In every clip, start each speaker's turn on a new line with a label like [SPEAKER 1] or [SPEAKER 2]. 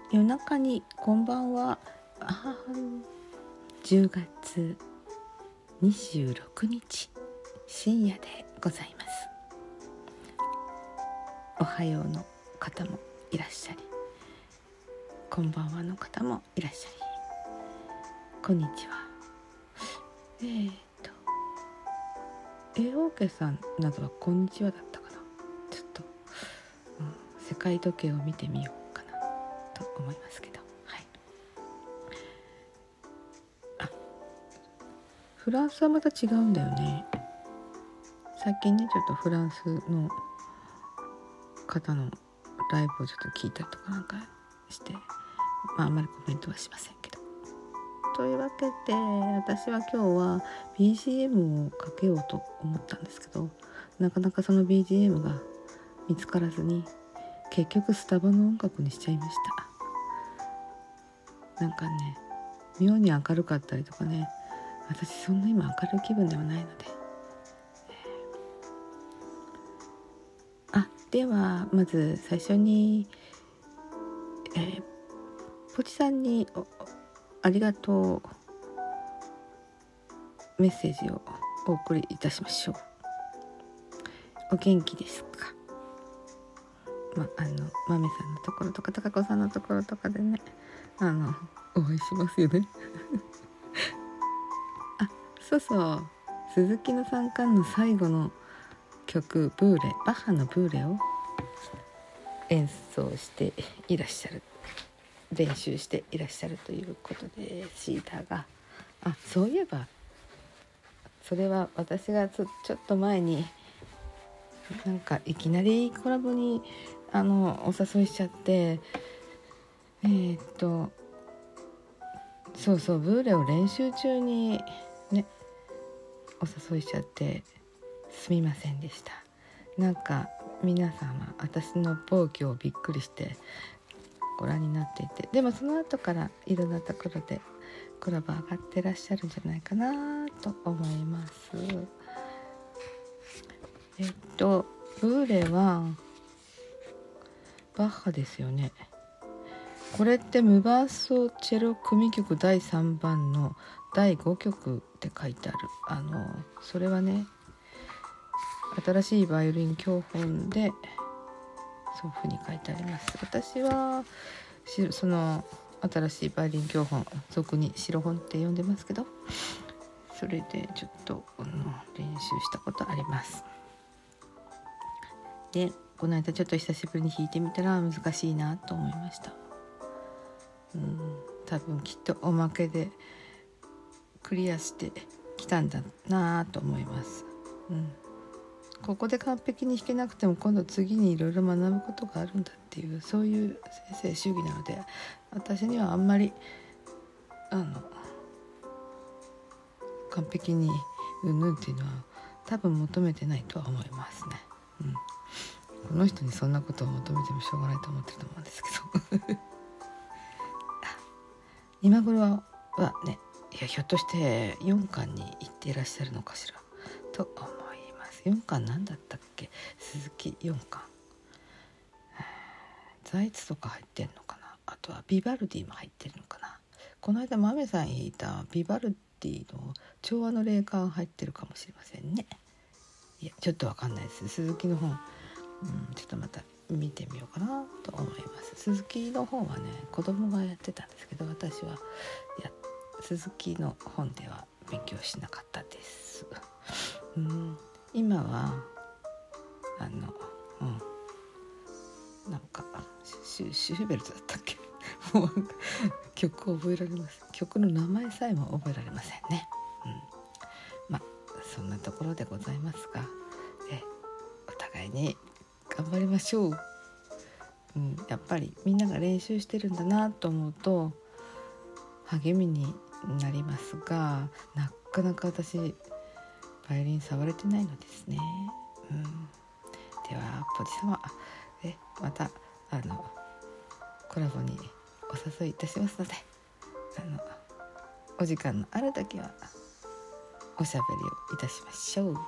[SPEAKER 1] 夜中にこんばんは。10月26日深夜でございます。おはようの方もいらっしゃり、こんばんはの方もいらっしゃり、こんにちは。AOK さんなどはこんにちはだったかな。ちょっと、世界時計を見てみようかなと思いますけど、はい。フランスはまた違うんだよね。最近ね、ちょっとフランスの方のライブをちょっと聞いたりとかなんかして、あんまりコメントはしませんけど。というわけで、私は今日は BGM をかけようと思ったんですけど、なかなかその BGM が見つからずに、結局スタバの音楽にしちゃいました。なんかね、妙に明るかったりとかね、私そんな今明るい気分ではないので、ではまず最初に、ポチさんにありがとうメッセージをお送りいたしましょう。お元気ですか？マメさんのところとか高子さんのところとかでね、お会いしますよね。そう鈴木の三冠の最後の曲バッハのブーレを演奏していらっしゃる、練習していらっしゃるということで、シータがそういえばそれは私がちょっと前になんかいきなりコラボにお誘いしちゃって、そうブーレを練習中にねお誘いしちゃってすみませんでした。なんか皆様私の暴挙をびっくりしてご覧になっていて、でもその後からいろんなところでコラボ上がってらっしゃるんじゃないかなと思います。ブーレはバッハですよね。これってムバーソチェロ組曲第3番の第5曲って書いてある。それはね、新しいバイオリン教本でそういうふうに書いてあります。私はその新しいバイオリン教本、俗に白本って呼んでますけど、それでちょっと練習したことあります。でこの間ちょっと久しぶりに弾いてみたら難しいなと思いました。多分きっとおまけでクリアしてきたんだなと思います。ここで完璧に弾けなくても今度次にいろいろ学ぶことがあるんだっていう、そういう先生主義なので、私にはあんまり完璧にうんぬんっていうのは多分求めてないとは思いますね。この人にそんなことを求めてもしょうがないと思ってると思うんですけど今頃はね、ひょっとして4巻に行っていらっしゃるのかしらと思います。4巻なんだったっけ、鈴木4巻、ザイツとか入ってんのかな、あとはビバルディも入ってるのかな。この間マメさん弾いたビバルディの調和の霊感入ってるかもしれませんね。いやちょっとわかんないです。鈴木の本、ちょっとまた見てみようかなと思います。鈴木の本はね、子供がやってたんですけど、私は鈴木の本では勉強しなかったです。今はなんかシューベルトだったっけもう曲を覚えられます。曲の名前さえも覚えられませんね。そんなところでございますが、お互いに頑張りましょう。やっぱりみんなが練習してるんだなと思うと励みになりますが、なかなか私バイオリン触れてないのですね。ではポジ様、またコラボにお誘いいたしますので、お時間のある時はおしゃべりをいたしましょう。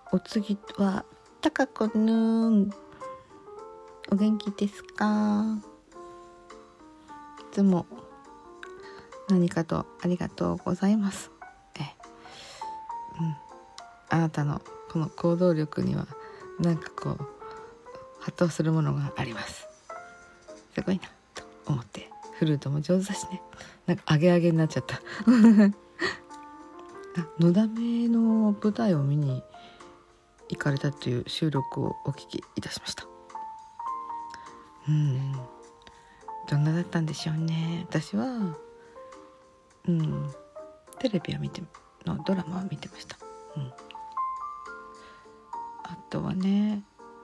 [SPEAKER 1] お次はたかこぬん、お元気ですか？いつも何かとありがとうございます。あなたのこの行動力にはなんかこう発動するものがあります。すごいなと思って、フルートも上手だしね。なんかアゲアゲになっちゃったのだめの舞台を見に行かれたという収録をお聞きいたしました。どんなだったんでしょうね。私はテレビはドラマは見てました。あとはね、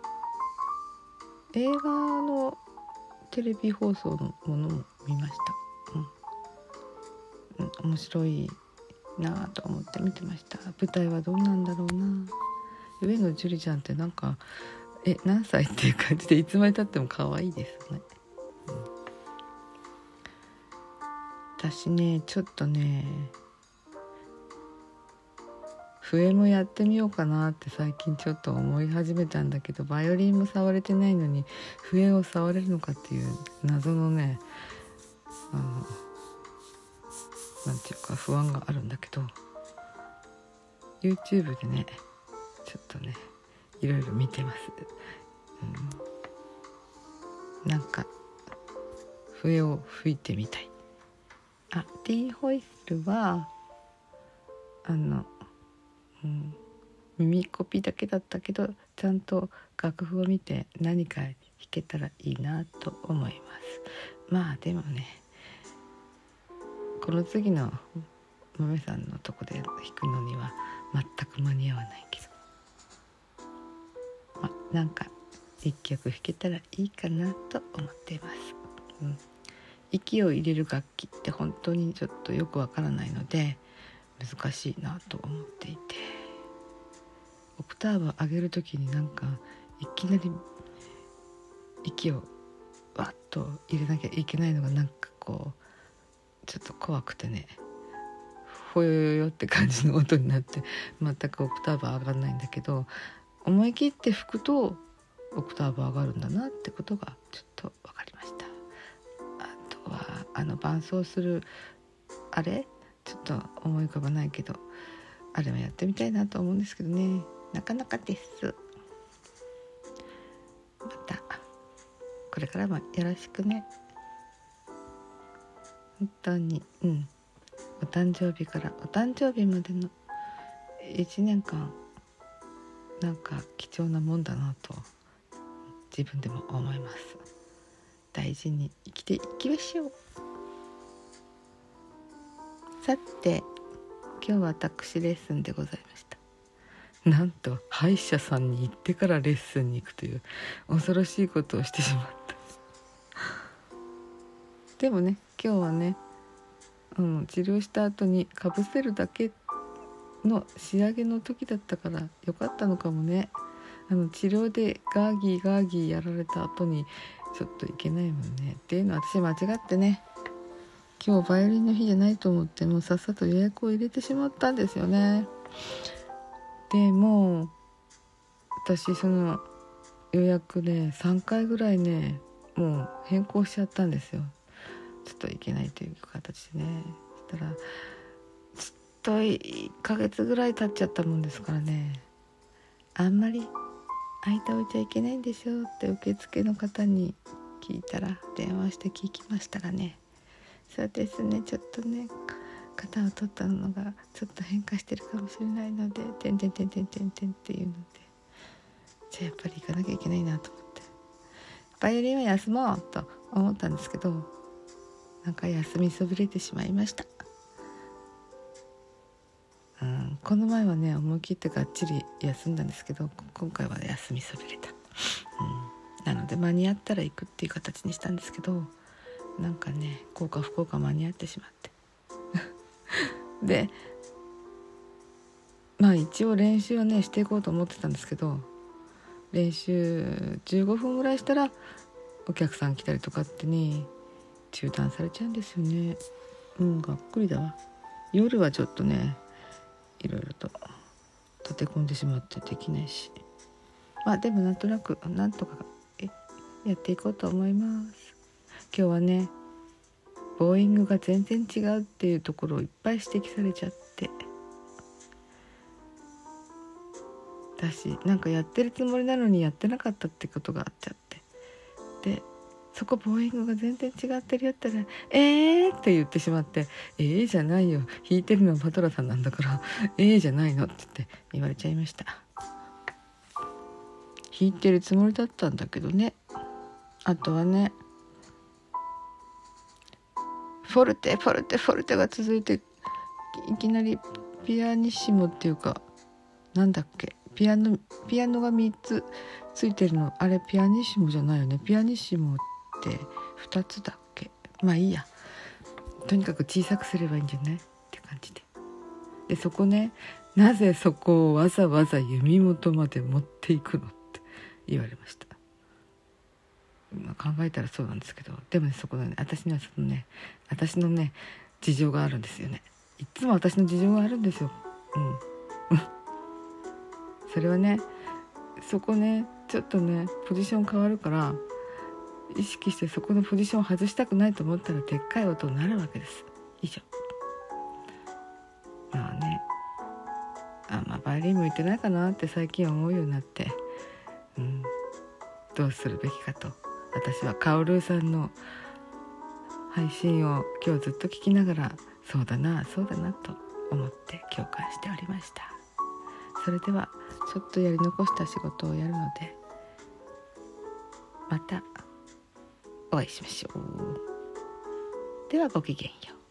[SPEAKER 1] 映画のテレビ放送のものも見ました。面白いなと思って見てました。舞台はどうなんだろうな。上野樹里ちゃんってなんか何歳っていう感じでいつまでたっても可愛いですね。私ねちょっとね笛もやってみようかなって最近ちょっと思い始めたんだけど、バイオリンも触れてないのに笛を触れるのかっていう謎のねなんていうか不安があるんだけど、 YouTube でねちょっとねいろいろ見てます。なんか笛を吹いてみたい。ティーホイッスルは耳コピだけだったけどちゃんと楽譜を見て何か弾けたらいいなと思います。まあでもね、この次の豆さんのとこで弾くのには全く間に合わないけど、なんか一曲弾けたらいいかなと思っています。息を入れる楽器って本当にちょっとよくわからないので難しいなと思っていて、オクターブを上げるときになんかいきなり息をわっと入れなきゃいけないのがなんかこうちょっと怖くてね、ほよよよって感じの音になって全くオクターブ上がらないんだけど、思い切って吹くとオクターブ上がるんだなってことがちょっと分かりました。あとは伴奏するあれちょっと思い浮かばないけど、あれもやってみたいなと思うんですけどね、なかなかです。またこれからもよろしくね。本当にお誕生日からお誕生日までの1年間なんか貴重なもんだなと自分でも思います。大事に生きていきましょう。さて今日は私レッスンでございました。なんと歯医者さんに行ってからレッスンに行くという恐ろしいことをしてしまった。でもね今日はね、治療した後にかぶせるだけの仕上げの時だったからよかったのかもね。治療でガーギーやられた後にちょっといけないもんねっていうのは私間違ってね、今日バイオリンの日じゃないと思ってもうさっさと予約を入れてしまったんですよね。でもう私その予約で3回ぐらいねもう変更しちゃったんですよ。ちょっといけないという形でね。そしたらずっと1ヶ月ぐらい経っちゃったもんですからね、あんまり空いておいちゃいけないんでしょって受付の方に聞いたら、電話して聞きましたらね、そうですねちょっとね型を取ったのがちょっと変化してるかもしれないのでてんてんてんてんてんてんっていうので、じゃあやっぱり行かなきゃいけないなと思ってバイオリンは休もうと思ったんですけど、なんか休みそびれてしまいました。この前はね思い切ってがっちり休んだんですけど、今回は休みそびれた。なので間に合ったら行くっていう形にしたんですけど、なんかね幸か不幸か間に合ってしまってで一応練習はねしていこうと思ってたんですけど、練習15分ぐらいしたらお客さん来たりとかってね中断されちゃうんですよね。がっくりだわ。夜はちょっとねいろいろと立て込んでしまってできないし、でもなんとなくなんとかやっていこうと思います。今日はねボーイングが全然違うっていうところをいっぱい指摘されちゃって、私なんかやってるつもりなのにやってなかったってことがあっちゃって、でそこボーイングが全然違ってるよってねって言ってしまって、じゃないよ、弾いてるのはパトラさんなんだからじゃないのって言われちゃいました。弾いてるつもりだったんだけどね。あとはねフォルテが続いて、いきなりピアニッシモっていうかなんだっけ、ピアノが3つついてるの、あれピアニッシモじゃないよね。ピアニッシモって2つだっけ。いいや、とにかく小さくすればいいんじゃないって感じで、そこね、なぜそこをわざわざ弓元まで持っていくのって言われました。考えたらそうなんですけど、でもね、そこのね、私の事情があるんですよね。いつも私の事情があるんですよ。それはね、そこねちょっとねポジション変わるから、意識してそこのポジションを外したくないと思ったらでっかい音になるわけです。以上。バイオリン向いてないかなって最近思うようになって、どうするべきかと、私はカオルーさんの配信を今日ずっと聞きながら、そうだなと思って共感しておりました。それではちょっとやり残した仕事をやるので、またお会いしましょう。ではごきげんよう。